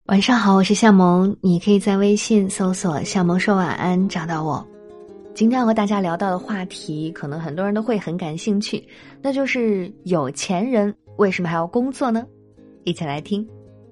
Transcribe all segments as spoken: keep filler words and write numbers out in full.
晚上好，我是夏萌，你可以在微信搜索夏萌说晚安找到我。今天要和大家聊到的话题可能很多人都会很感兴趣，那就是有钱人为什么还要工作呢？一起来听。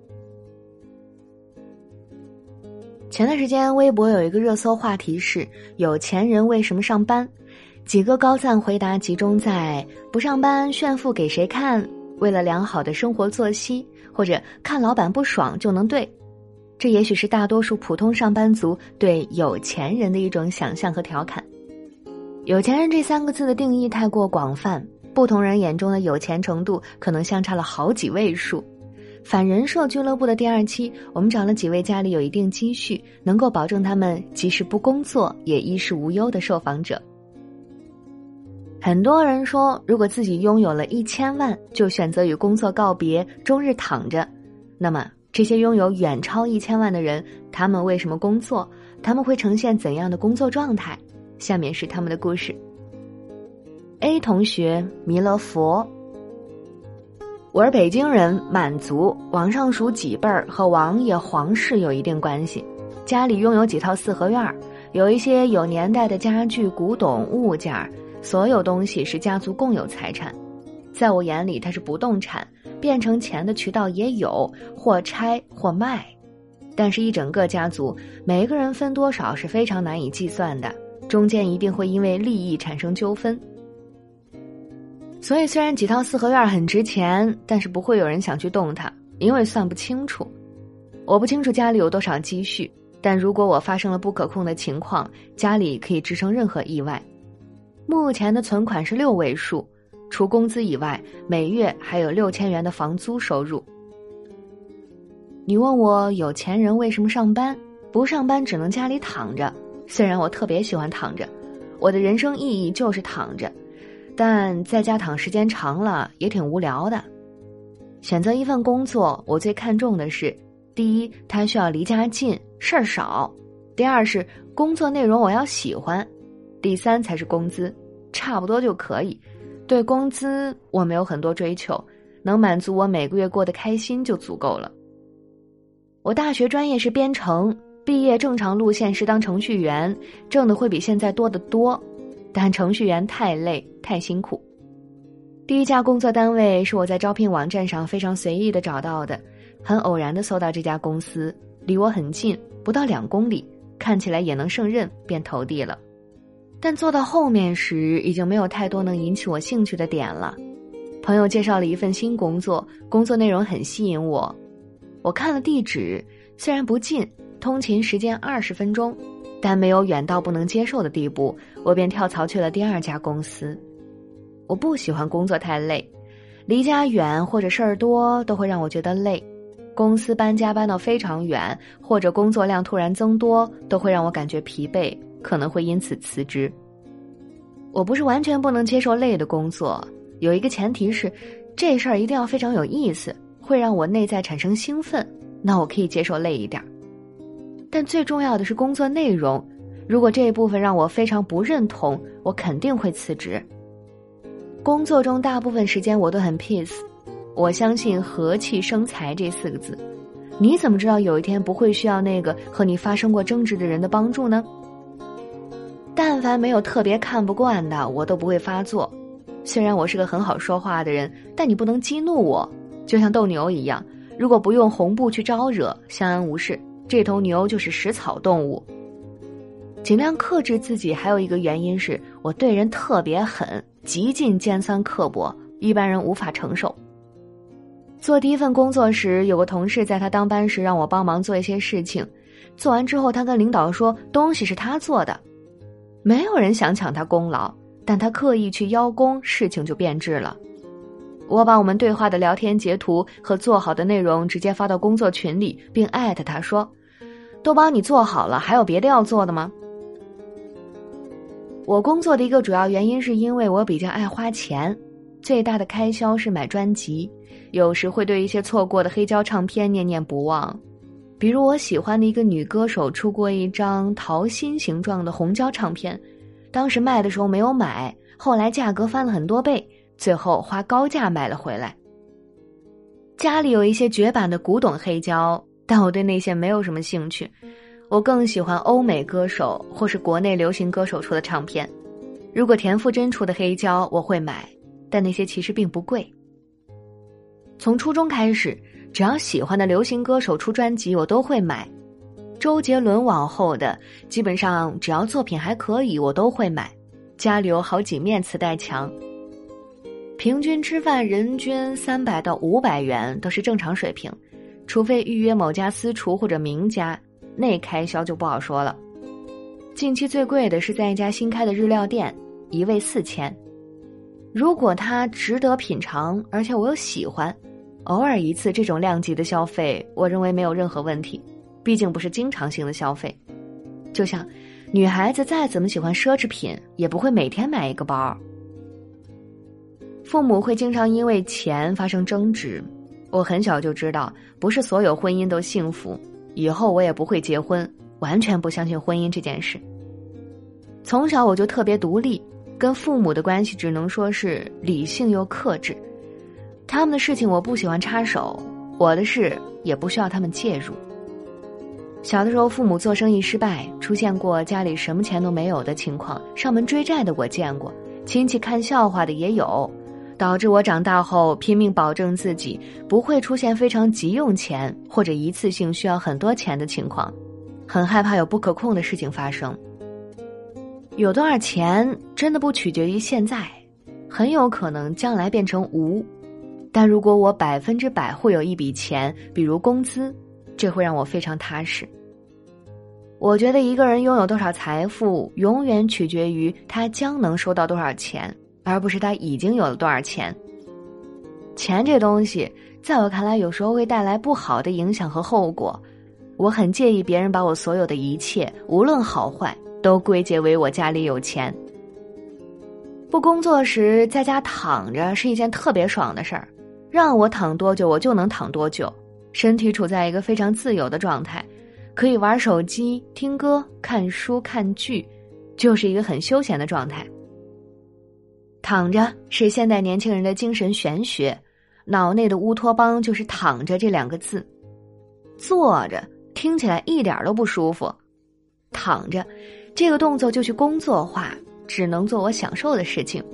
前段时间微博有一个热搜话题是有钱人为什么上班，几个高赞回答集中在不上班炫富给谁看，为了良好的生活作息，或者看老板不爽就能对。这也许是大多数普通上班族对有钱人的一种想象和调侃。有钱人这三个字的定义太过广泛，不同人眼中的有钱程度可能相差了好几位数。反人设俱乐部的第二期，我们找了几位家里有一定积蓄，能够保证他们即使不工作也衣食无忧的受访者。很多人说，如果自己拥有了一千万，就选择与工作告别，终日躺着。那么，这些拥有远超一千万的人，他们为什么工作？他们会呈现怎样的工作状态？下面是他们的故事。A 同学弥勒佛，我是北京人，满族，往上数几辈儿，和王爷皇室有一定关系。家里拥有几套四合院，有一些有年代的家具、古董物件，所有东西是家族共有财产。在我眼里，它是不动产，变成钱的渠道也有，或拆或卖。但是一整个家族，每个人分多少是非常难以计算的，中间一定会因为利益产生纠纷。所以虽然几套四合院很值钱，但是不会有人想去动它，因为算不清楚。我不清楚家里有多少积蓄，但如果我发生了不可控的情况，家里可以支撑任何意外。目前的存款是六位数，除工资以外，每月还有六千元的房租收入。你问我有钱人为什么上班？不上班只能家里躺着。虽然我特别喜欢躺着，我的人生意义就是躺着，但在家躺时间长了也挺无聊的。选择一份工作，我最看重的是，第一，它需要离家近，事儿少；第二是工作内容我要喜欢；第三才是工资，差不多就可以。对工资我没有很多追求，能满足我每个月过得开心就足够了。我大学专业是编程，毕业正常路线是当程序员，挣的会比现在多得多，但程序员太累太辛苦。第一家工作单位是我在招聘网站上非常随意的找到的，很偶然的搜到这家公司，离我很近，不到两公里，看起来也能胜任，便投递了。但做到后面时，已经没有太多能引起我兴趣的点了。朋友介绍了一份新工作，工作内容很吸引我。我看了地址，虽然不近，通勤时间二十分钟，但没有远到不能接受的地步，我便跳槽去了第二家公司。我不喜欢工作太累，离家远或者事儿多都会让我觉得累。公司搬家搬到非常远，或者工作量突然增多，都会让我感觉疲惫，可能会因此辞职。我不是完全不能接受累的工作，有一个前提是，这事儿一定要非常有意思，会让我内在产生兴奋，那我可以接受累一点。但最重要的是工作内容，如果这一部分让我非常不认同，我肯定会辞职。工作中大部分时间我都很 peace， 我相信和气生财这四个字。你怎么知道有一天不会需要那个和你发生过争执的人的帮助呢？但凡没有特别看不惯的，我都不会发作。虽然我是个很好说话的人，但你不能激怒我，就像斗牛一样，如果不用红布去招惹，相安无事，这头牛就是食草动物。尽量克制自己，还有一个原因是我对人特别狠，极尽尖酸刻薄，一般人无法承受。做第一份工作时，有个同事在他当班时让我帮忙做一些事情，做完之后他跟领导说东西是他做的。没有人想抢他功劳，但他刻意去邀功，事情就变质了。我把我们对话的聊天截图和做好的内容直接发到工作群里，并艾特他说，都帮你做好了，还有别的要做的吗？我工作的一个主要原因是因为我比较爱花钱，最大的开销是买专辑，有时会对一些错过的黑胶唱片念念不忘。比如我喜欢的一个女歌手出过一张桃心形状的红胶唱片，当时卖的时候没有买，后来价格翻了很多倍，最后花高价买了回来。家里有一些绝版的古董黑胶， 但我对那些没有什么兴趣，我更喜欢欧美歌手或是国内流行歌手出的唱片。如果田馥甄出的黑胶我会买，但那些其实并不贵。从初中开始，只要喜欢的流行歌手出专辑我都会买，周杰伦往后的基本上只要作品还可以我都会买，家里有好几面磁带墙。平均吃饭人均三百到五百元都是正常水平，除非预约某家私厨或者名家，那开销就不好说了。近期最贵的是在一家新开的日料店，一位四千。如果它值得品尝，而且我又喜欢，偶尔一次这种量级的消费，我认为没有任何问题，毕竟不是经常性的消费。就像女孩子再怎么喜欢奢侈品，也不会每天买一个包。父母会经常因为钱发生争执，我很小就知道不是所有婚姻都幸福，以后我也不会结婚，完全不相信婚姻这件事。从小我就特别独立，跟父母的关系只能说是理性又克制，他们的事情我不喜欢插手，我的事也不需要他们介入。小的时候父母做生意失败，出现过家里什么钱都没有的情况，上门追债的我见过，亲戚看笑话的也有，导致我长大后拼命保证自己不会出现非常急用钱或者一次性需要很多钱的情况，很害怕有不可控的事情发生。有多少钱真的不取决于现在，很有可能将来变成无，但如果我百分之百会有一笔钱，比如工资，这会让我非常踏实。我觉得一个人拥有多少财富，永远取决于他将能收到多少钱，而不是他已经有了多少钱。钱这东西，在我看来有时候会带来不好的影响和后果。我很介意别人把我所有的一切，无论好坏，都归结为我家里有钱。不工作时在家躺着是一件特别爽的事儿，让我躺多久我就能躺多久，身体处在一个非常自由的状态，可以玩手机、听歌、看书、看剧，就是一个很休闲的状态。躺着是现代年轻人的精神玄学，脑内的乌托邦就是躺着这两个字。坐着听起来一点都不舒服，躺着这个动作就去工作化，只能做我享受的事情。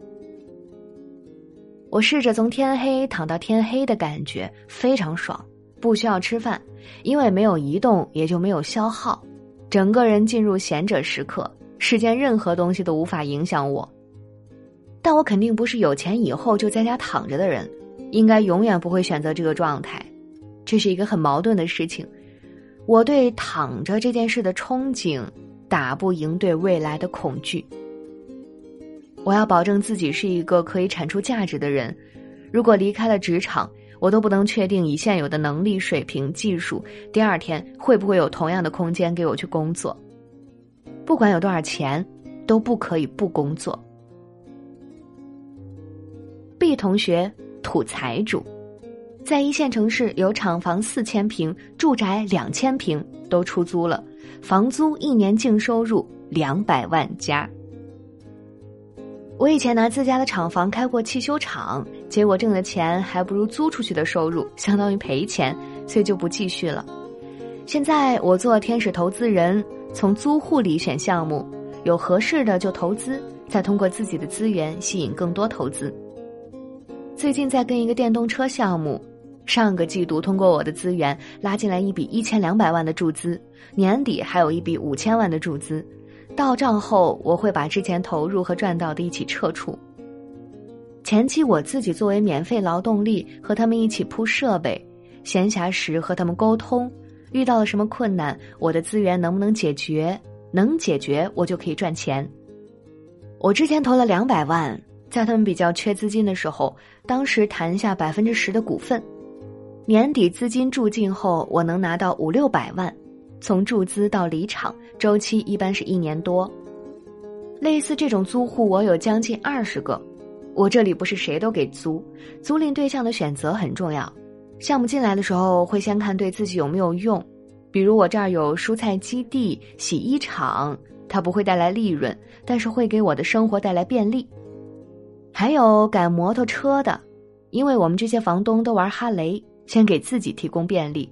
我试着从天黑躺到天黑的感觉非常爽，不需要吃饭，因为没有移动也就没有消耗，整个人进入闲者时刻，世间任何东西都无法影响我。但我肯定不是有钱以后就在家躺着的人，应该永远不会选择这个状态，这是一个很矛盾的事情。我对躺着这件事的憧憬打不赢对未来的恐惧。我要保证自己是一个可以产出价值的人，如果离开了职场，我都不能确定以现有的能力水平技术，第二天会不会有同样的空间给我去工作。不管有多少钱，都不可以不工作。B 同学，土财主，在一线城市有厂房四千平，住宅两千平都出租了，房租一年净收入两百万加。我以前拿自家的厂房开过汽修厂，结果挣的钱还不如租出去的收入，相当于赔钱，所以就不继续了。现在我做天使投资人，从租户里选项目，有合适的就投资，再通过自己的资源吸引更多投资。最近在跟一个电动车项目，上个季度通过我的资源拉进来一笔一千两百万的注资，年底还有一笔五千万的注资，到账后我会把之前投入和赚到的一起撤出。前期我自己作为免费劳动力和他们一起铺设备，闲暇时和他们沟通，遇到了什么困难，我的资源能不能解决，能解决我就可以赚钱。我之前投了两百万，在他们比较缺资金的时候，当时谈下百分之十的股份，年底资金注进后，我能拿到五六百万，从注资到离场周期一般是一年多。类似这种租户我有将近二十个，我这里不是谁都给租，租赁对象的选择很重要。项目进来的时候会先看对自己有没有用，比如我这儿有蔬菜基地、洗衣厂，它不会带来利润，但是会给我的生活带来便利。还有改摩托车的，因为我们这些房东都玩哈雷，先给自己提供便利，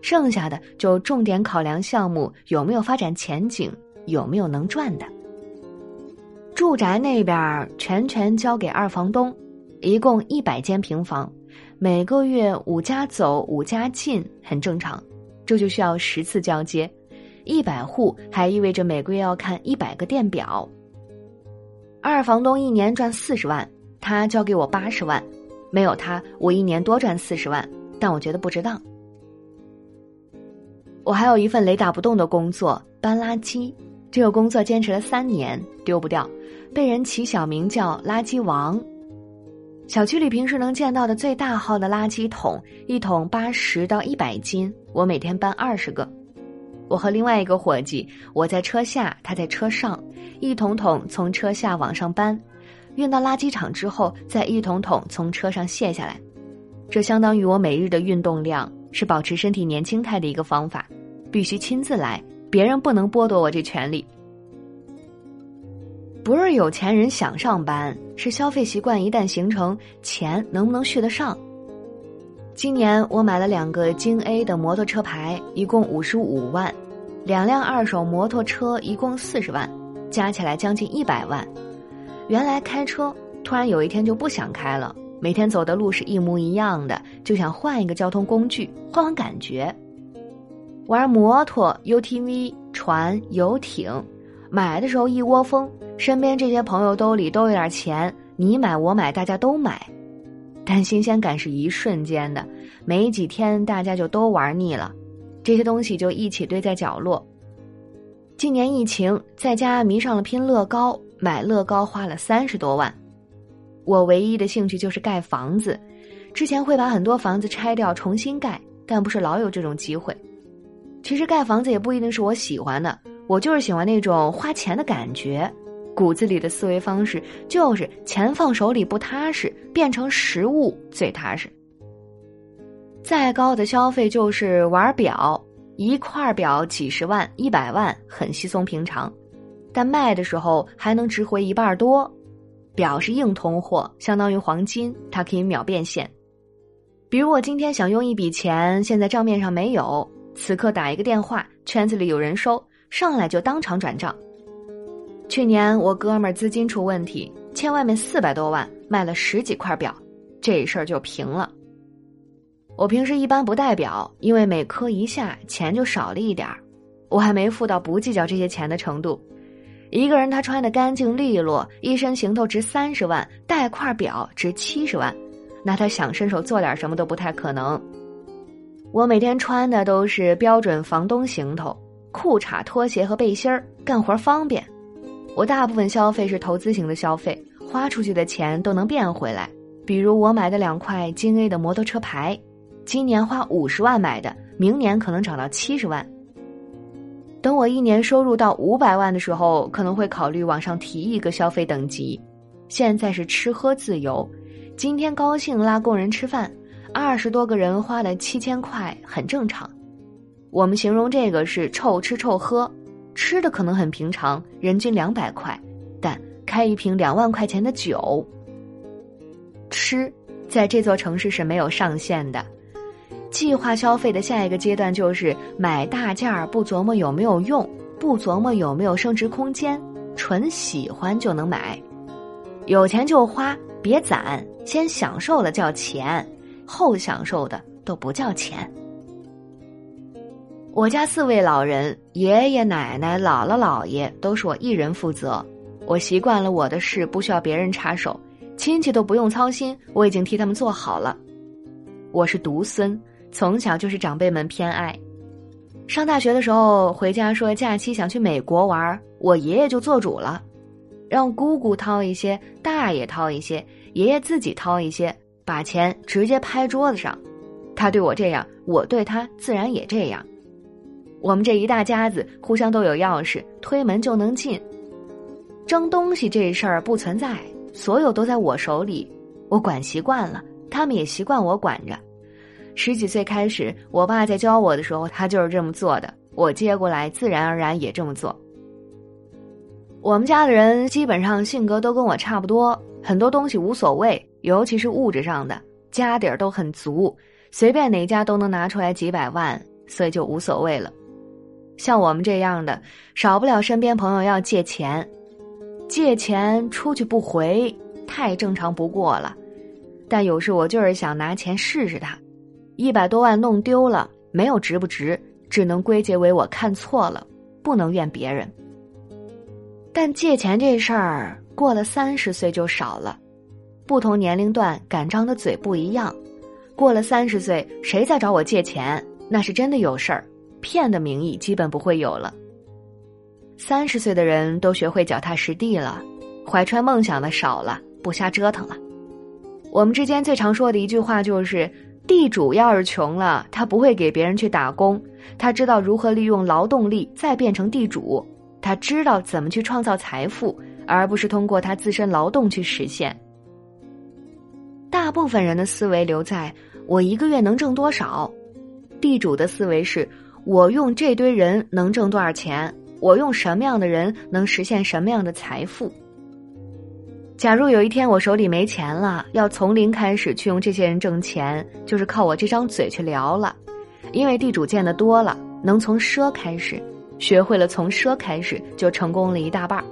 剩下的就重点考量项目有没有发展前景，有没有能赚的。住宅那边全权交给二房东，一共一百间平房，每个月五家走五家进，很正常，这就需要十次交接。一百户还意味着每个月要看一百个电表。二房东一年赚四十万，他交给我八十万，没有他我一年多赚四十万，但我觉得不值当。我还有一份雷打不动的工作，搬垃圾。这个工作坚持了三年，丢不掉，被人起小名叫垃圾王。小区里平时能见到的最大号的垃圾桶，一桶八十到一百斤，我每天搬二十个。我和另外一个伙计，我在车下，他在车上，一桶桶从车下往上搬，运到垃圾场之后，再一桶桶从车上卸下来。这相当于我每日的运动量，是保持身体年轻态的一个方法，必须亲自来，别人不能剥夺我这权利。不是有钱人想上班，是消费习惯一旦形成，钱能不能续得上。今年我买了两个京 A 的摩托车牌，一共五十五万，两辆二手摩托车一共四十万，加起来将近一百万。原来开车突然有一天就不想开了，每天走的路是一模一样的，就想换一个交通工具，换换感觉。玩摩托、U T V、船、游艇，买的时候一窝蜂，身边这些朋友兜里都有点钱，你买我买大家都买，但新鲜感是一瞬间的，没几天大家就都玩腻了，这些东西就一起堆在角落。今年疫情，在家迷上了拼乐高，买乐高花了三十多万。我唯一的兴趣就是盖房子，之前会把很多房子拆掉重新盖，但不是老有这种机会。其实盖房子也不一定是我喜欢的，我就是喜欢那种花钱的感觉，骨子里的思维方式就是钱放手里不踏实，变成实物最踏实。再高的消费就是玩表，一块表几十万、一百万很稀松平常，但卖的时候还能值回一半多。表是硬通货，相当于黄金，它可以秒变现。比如我今天想用一笔钱，现在账面上没有，此刻打一个电话，圈子里有人收，上来就当场转账。去年我哥们儿资金出问题，欠外面四百多万，卖了十几块表，这事儿就平了。我平时一般不戴表，因为每磕一下钱就少了一点儿，我还没富到不计较这些钱的程度。一个人他穿得干净利落，一身行头值三十万，戴块表值七十万，那他想伸手做点什么都不太可能。我每天穿的都是标准房东行头，裤衩、拖鞋和背心儿，干活方便。我大部分消费是投资型的消费，花出去的钱都能变回来。比如我买的两块京 A 的摩托车牌，今年花五十万买的，明年可能涨到七十万。等我一年收入到五百万的时候，可能会考虑往上提一个消费等级。现在是吃喝自由，今天高兴拉工人吃饭，二十多个人花了七千块，很正常。我们形容这个是臭吃臭喝，吃的可能很平常，人均两百块，但开一瓶两万块钱的酒，吃在这座城市是没有上限的。计划消费的下一个阶段就是买大件儿，不琢磨有没有用，不琢磨有没有升值空间，纯喜欢就能买。有钱就花，别攒，先享受了叫钱，后享受的都不叫钱。我家四位老人，爷爷奶奶、姥姥姥爷都是我一人负责，我习惯了我的事不需要别人插手，亲戚都不用操心，我已经替他们做好了。我是独孙，从小就是长辈们偏爱。上大学的时候回家说假期想去美国玩，我爷爷就做主了，让姑姑掏一些，大爷掏一些，爷爷自己掏一些，把钱直接拍桌子上。他对我这样，我对他自然也这样。我们这一大家子互相都有钥匙，推门就能进。争东西这事儿不存在，所有都在我手里，我管习惯了，他们也习惯我管着。十几岁开始，我爸在教我的时候，他就是这么做的，我接过来自然而然也这么做。我们家的人基本上性格都跟我差不多，很多东西无所谓，尤其是物质上的，家底儿都很足，随便哪家都能拿出来几百万， 所以就无所谓了。像我们这样的，少不了身边朋友要借钱，借钱出去不回，太正常不过了。但有时我就是想拿钱试试他，一百多万弄丢了，没有值不值，只能归结为我看错了，不能怨别人。但借钱这事儿，过了三十岁就少了，不同年龄段敢张的嘴不一样。过了三十岁，谁再找我借钱，那是真的有事儿，骗的名义基本不会有了。三十岁的人都学会脚踏实地了，怀揣梦想的少了，不瞎折腾了。我们之间最常说的一句话就是，地主要是穷了，他不会给别人去打工，他知道如何利用劳动力再变成地主，他知道怎么去创造财富，而不是通过他自身劳动去实现。大部分人的思维留在我一个月能挣多少，地主的思维是我用这堆人能挣多少钱，我用什么样的人能实现什么样的财富。假如有一天我手里没钱了，要从零开始去用这些人挣钱，就是靠我这张嘴去聊了。因为地主见得多了，能从奢开始，学会了从奢开始，就成功了一大半。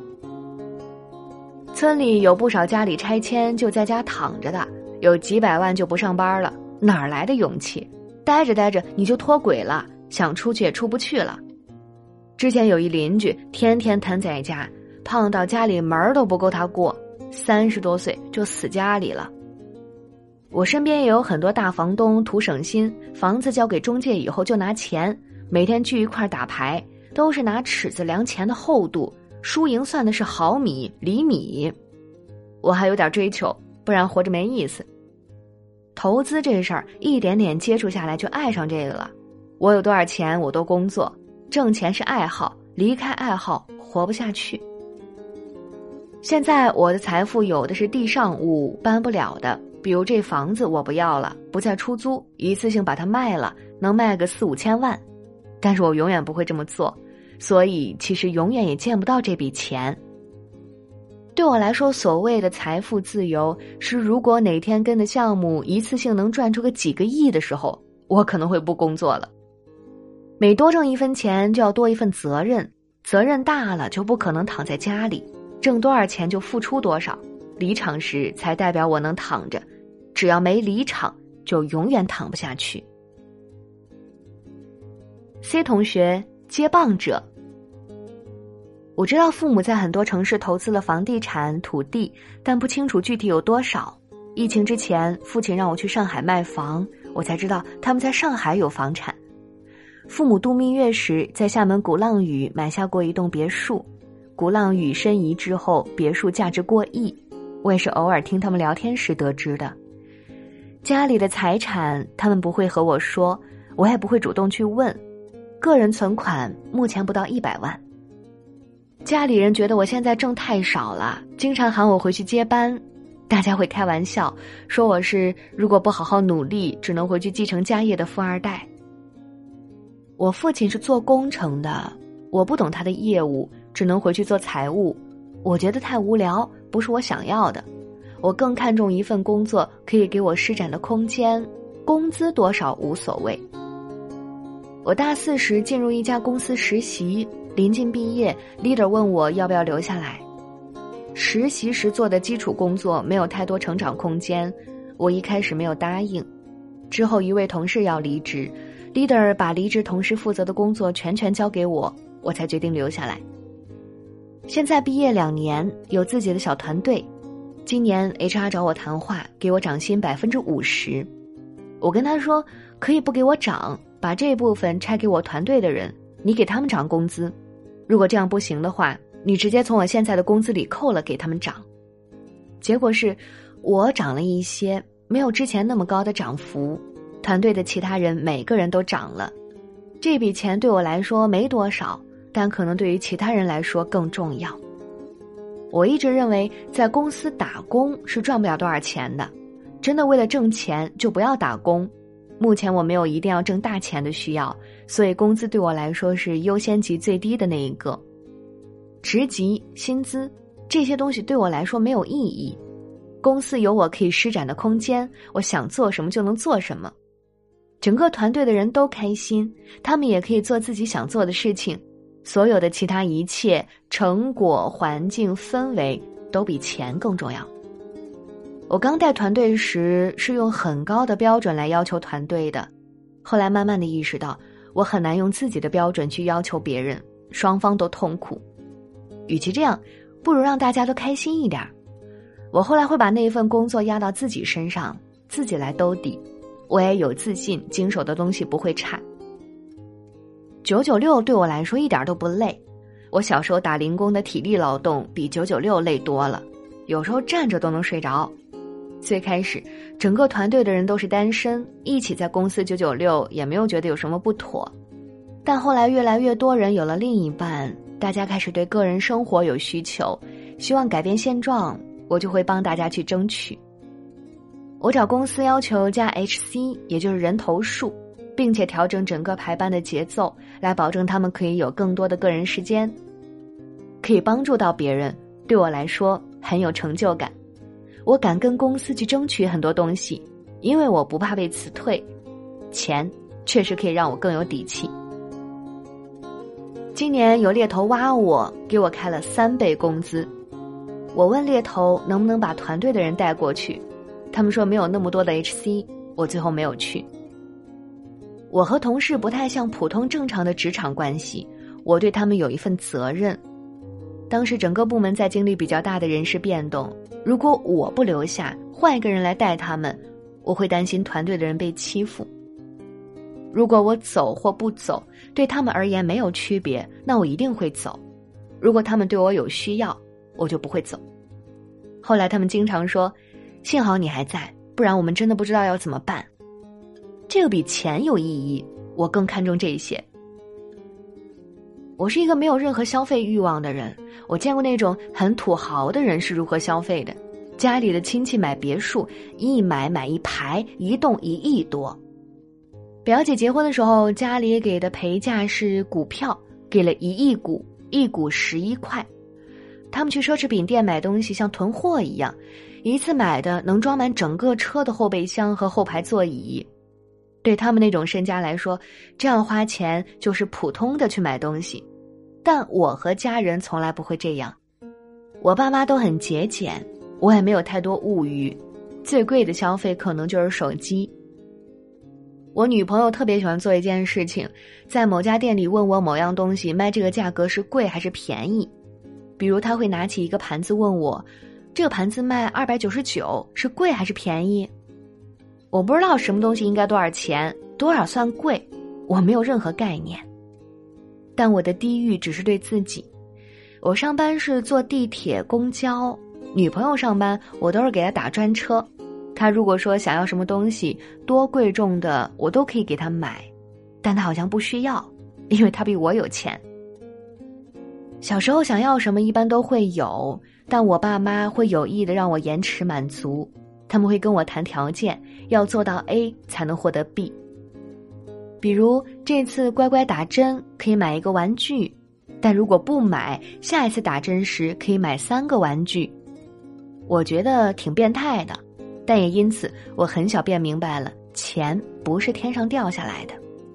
村里有不少家里拆迁就在家躺着的，有几百万就不上班了，哪儿来的勇气？待着待着你就脱轨了，想出去也出不去了。之前有一邻居天天瘫在家，胖到家里门都不够他过，三十多岁就死家里了。我身边也有很多大房东图省心，房子交给中介以后就拿钱，每天聚一块打牌，都是拿尺子量钱的厚度，输赢算的是毫米厘米。我还有点追求，不然活着没意思。投资这事儿一点点接触下来就爱上这个了。我有多少钱我都工作，挣钱是爱好，离开爱好活不下去。现在我的财富有的是地上物搬不了的，比如这房子我不要了，不再出租，一次性把它卖了，能卖个四五千万。但是我永远不会这么做，所以其实永远也见不到这笔钱。对我来说，所谓的财富自由，是如果哪天跟的项目一次性能赚出个几个亿的时候，我可能会不工作了。每多挣一分钱就要多一份责任，责任大了就不可能躺在家里，挣多少钱就付出多少，离场时才代表我能躺着，只要没离场就永远躺不下去。 C 同学，接棒者。我知道父母在很多城市投资了房地产土地，但不清楚具体有多少。疫情之前，父亲让我去上海卖房，我才知道他们在上海有房产。父母度蜜月时，在厦门鼓浪屿买下过一栋别墅，鼓浪屿申遗之后，别墅价值过亿，我也是偶尔听他们聊天时得知的。家里的财产他们不会和我说，我也不会主动去问。个人存款目前不到一百万。家里人觉得我现在挣太少了，经常喊我回去接班，大家会开玩笑说我是如果不好好努力，只能回去继承家业的富二代。我父亲是做工程的，我不懂他的业务，只能回去做财务，我觉得太无聊，不是我想要的。我更看重一份工作可以给我施展的空间，工资多少无所谓。我大四时进入一家公司实习，临近毕业 leader 问我要不要留下来。实习时做的基础工作没有太多成长空间，我一开始没有答应。之后一位同事要离职， leader 把离职同事负责的工作全权交给我，我才决定留下来。现在毕业两年，有自己的小团队。今年 H R 找我谈话，给我涨薪 百分之五十。 我跟他说可以不给我涨，把这部分拆给我团队的人，你给他们涨工资。如果这样不行的话，你直接从我现在的工资里扣了给他们涨。结果是我涨了一些，没有之前那么高的涨幅，团队的其他人每个人都涨了。这笔钱对我来说没多少，但可能对于其他人来说更重要。我一直认为在公司打工是赚不了多少钱的，真的为了挣钱就不要打工。目前我没有一定要挣大钱的需要，所以工资对我来说是优先级最低的那一个。职级、薪资这些东西对我来说没有意义，公司有我可以施展的空间，我想做什么就能做什么。 整个团队的人都开心，他们也可以做自己想做的事情，所有的其他一切成果、环境、氛围都比钱更重要。我刚带团队时是用很高的标准来要求团队的，后来慢慢的意识到，我很难用自己的标准去要求别人，双方都痛苦。与其这样，不如让大家都开心一点。我后来会把那一份工作压到自己身上，自己来兜底，我也有自信，经手的东西不会差。九九六对我来说一点都不累，我小时候打零工的体力劳动比九九六累多了，有时候站着都能睡着。最开始整个团队的人都是单身，一起在公司九九六也没有觉得有什么不妥，但后来越来越多人有了另一半，大家开始对个人生活有需求，希望改变现状，我就会帮大家去争取。我找公司要求加 H C， 也就是人头数，并且调整整个排班的节奏，来保证他们可以有更多的个人时间，可以帮助到别人，对我来说很有成就感。我敢跟公司去争取很多东西，因为我不怕被辞退，钱确实可以让我更有底气。今年有猎头挖我，给我开了三倍工资。我问猎头能不能把团队的人带过去，他们说没有那么多的 H C， 我最后没有去。我和同事不太像普通正常的职场关系，我对他们有一份责任。当时整个部门在经历比较大的人事变动，如果我不留下，换一个人来带他们，我会担心团队的人被欺负。如果我走或不走，对他们而言没有区别，那我一定会走。如果他们对我有需要，我就不会走。后来他们经常说，幸好你还在，不然我们真的不知道要怎么办。这个比钱有意义，我更看重这些。我是一个没有任何消费欲望的人，我见过那种很土豪的人是如何消费的，家里的亲戚买别墅，一买买一排，一栋一亿多。表姐结婚的时候，家里给的陪嫁是股票，给了一亿股，一股十一块。他们去奢侈品店买东西像囤货一样，一次买的能装满整个车的后备箱和后排座椅。对他们那种身家来说，这样花钱就是普通的去买东西，但我和家人从来不会这样。我爸妈都很节俭，我也没有太多物欲，最贵的消费可能就是手机。我女朋友特别喜欢做一件事情，在某家店里问我某样东西卖这个价格是贵还是便宜。比如她会拿起一个盘子问我，这个盘子卖二百九十九，是贵还是便宜？我不知道什么东西应该多少钱，多少算贵，我没有任何概念。但我的低欲只是对自己。我上班是坐地铁、公交，女朋友上班我都是给她打专车。她如果说想要什么东西，多贵重的我都可以给她买，但她好像不需要，因为她比我有钱。小时候想要什么一般都会有，但我爸妈会有意的让我延迟满足，他们会跟我谈条件，要做到 A 才能获得 B。 比如这次乖乖打针可以买一个玩具，但如果不买，下一次打针时可以买三个玩具。我觉得挺变态的，但也因此我很小便明白了，钱不是天上掉下来的。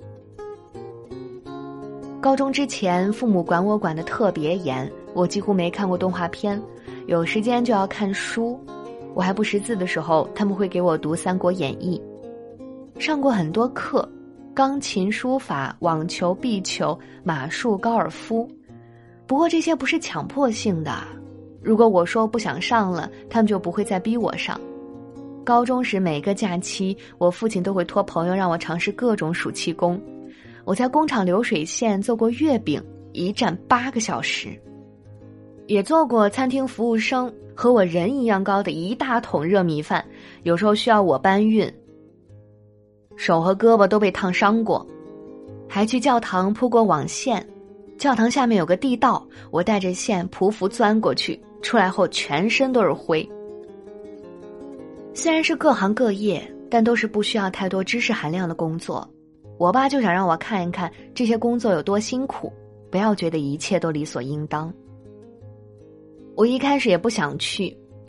高中之前父母管我管得特别严，我几乎没看过动画片，有时间就要看书。我还不识字的时候，他们会给我读《三国演义》。上过很多课，钢琴、书法、网球、壁球、马术、高尔夫。不过这些不是强迫性的，如果我说不想上了，他们就不会再逼我上。高中时每个假期，我父亲都会托朋友让我尝试各种暑期工。我在工厂流水线做过月饼，一站八个小时。也做过餐厅服务生，和我人一样高的一大桶热米饭，有时候需要我搬运，手和胳膊都被烫伤过。还去教堂铺过网线，教堂下面有个地道，我带着线匍匐钻过去，出来后全身都是灰。虽然是各行各业，但都是不需要太多知识含量的工作。我爸就想让我看一看这些工作有多辛苦，不要觉得一切都理所应当。我一开始也不想去，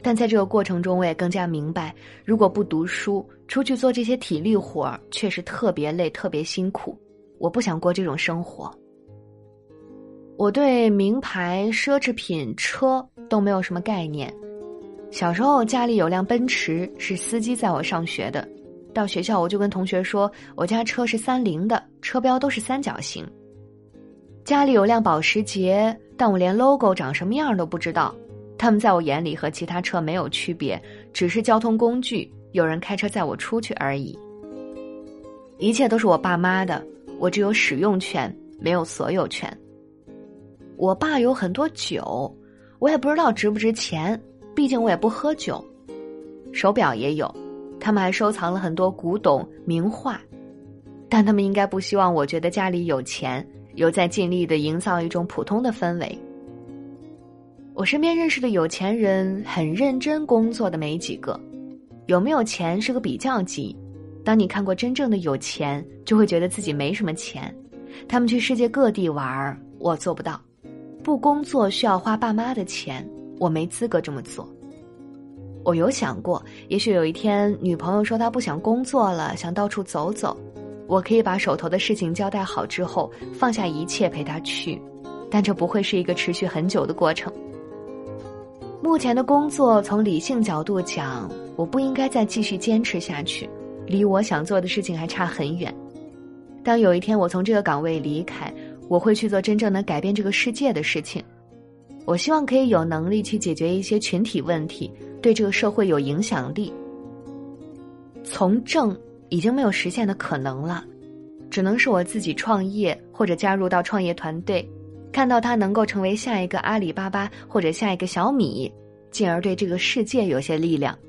但在这个过程中，我也更加明白，如果不读书，出去做这些体力活儿，确实特别累，特别辛苦。我不想过这种生活。我对名牌、奢侈品、车都没有什么概念。小时候家里有辆奔驰，是司机载我上学的。到学校我就跟同学说，我家车是三菱的，车标都是三角形。家里有辆保时捷，但我连 logo 长什么样都不知道。他们在我眼里和其他车没有区别，只是交通工具，有人开车载我出去而已。一切都是我爸妈的，我只有使用权，没有所有权。我爸有很多酒，我也不知道值不值钱，毕竟我也不喝酒。手表也有，他们还收藏了很多古董名画，但他们应该不希望我觉得家里有钱，有在尽力地营造一种普通的氛围。我身边认识的有钱人很认真工作的没几个，有没有钱是个比较级。当你看过真正的有钱，就会觉得自己没什么钱。他们去世界各地玩，我做不到。不工作需要花爸妈的钱，我没资格这么做。我有想过，也许有一天女朋友说她不想工作了，想到处走走，我可以把手头的事情交代好之后，放下一切陪她去，但这不会是一个持续很久的过程。目前的工作从理性角度讲，我不应该再继续坚持下去，离我想做的事情还差很远。当有一天我从这个岗位离开，我会去做真正能改变这个世界的事情。我希望可以有能力去解决一些群体问题，对这个社会有影响力。从政已经没有实现的可能了，只能是我自己创业或者加入到创业团队，看到它能够成为下一个阿里巴巴或者下一个小米，进而对这个世界有些力量。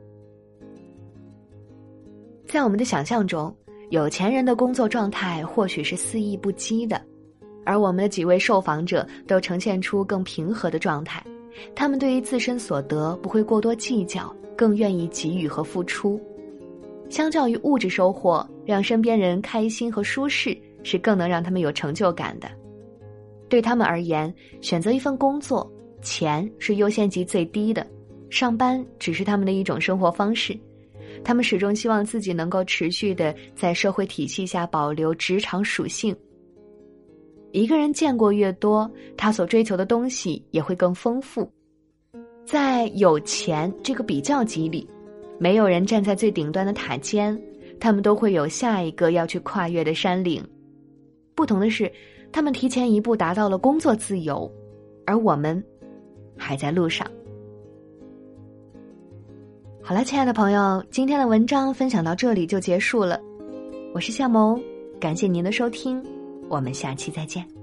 在我们的想象中，有钱人的工作状态或许是肆意不羁的，而我们的几位受访者都呈现出更平和的状态。他们对于自身所得不会过多计较，更愿意给予和付出。相较于物质收获，让身边人开心和舒适是更能让他们有成就感的。对他们而言，选择一份工作，钱是优先级最低的，上班只是他们的一种生活方式。他们始终希望自己能够持续地在社会体系下保留职场属性。一个人见过越多，他所追求的东西也会更丰富。在有钱这个比较级里，没有人站在最顶端的塔尖，他们都会有下一个要去跨越的山岭。不同的是，他们提前一步达到了工作自由，而我们还在路上。好了，亲爱的朋友，今天的文章分享到这里就结束了。我是夏萌，感谢您的收听，我们下期再见。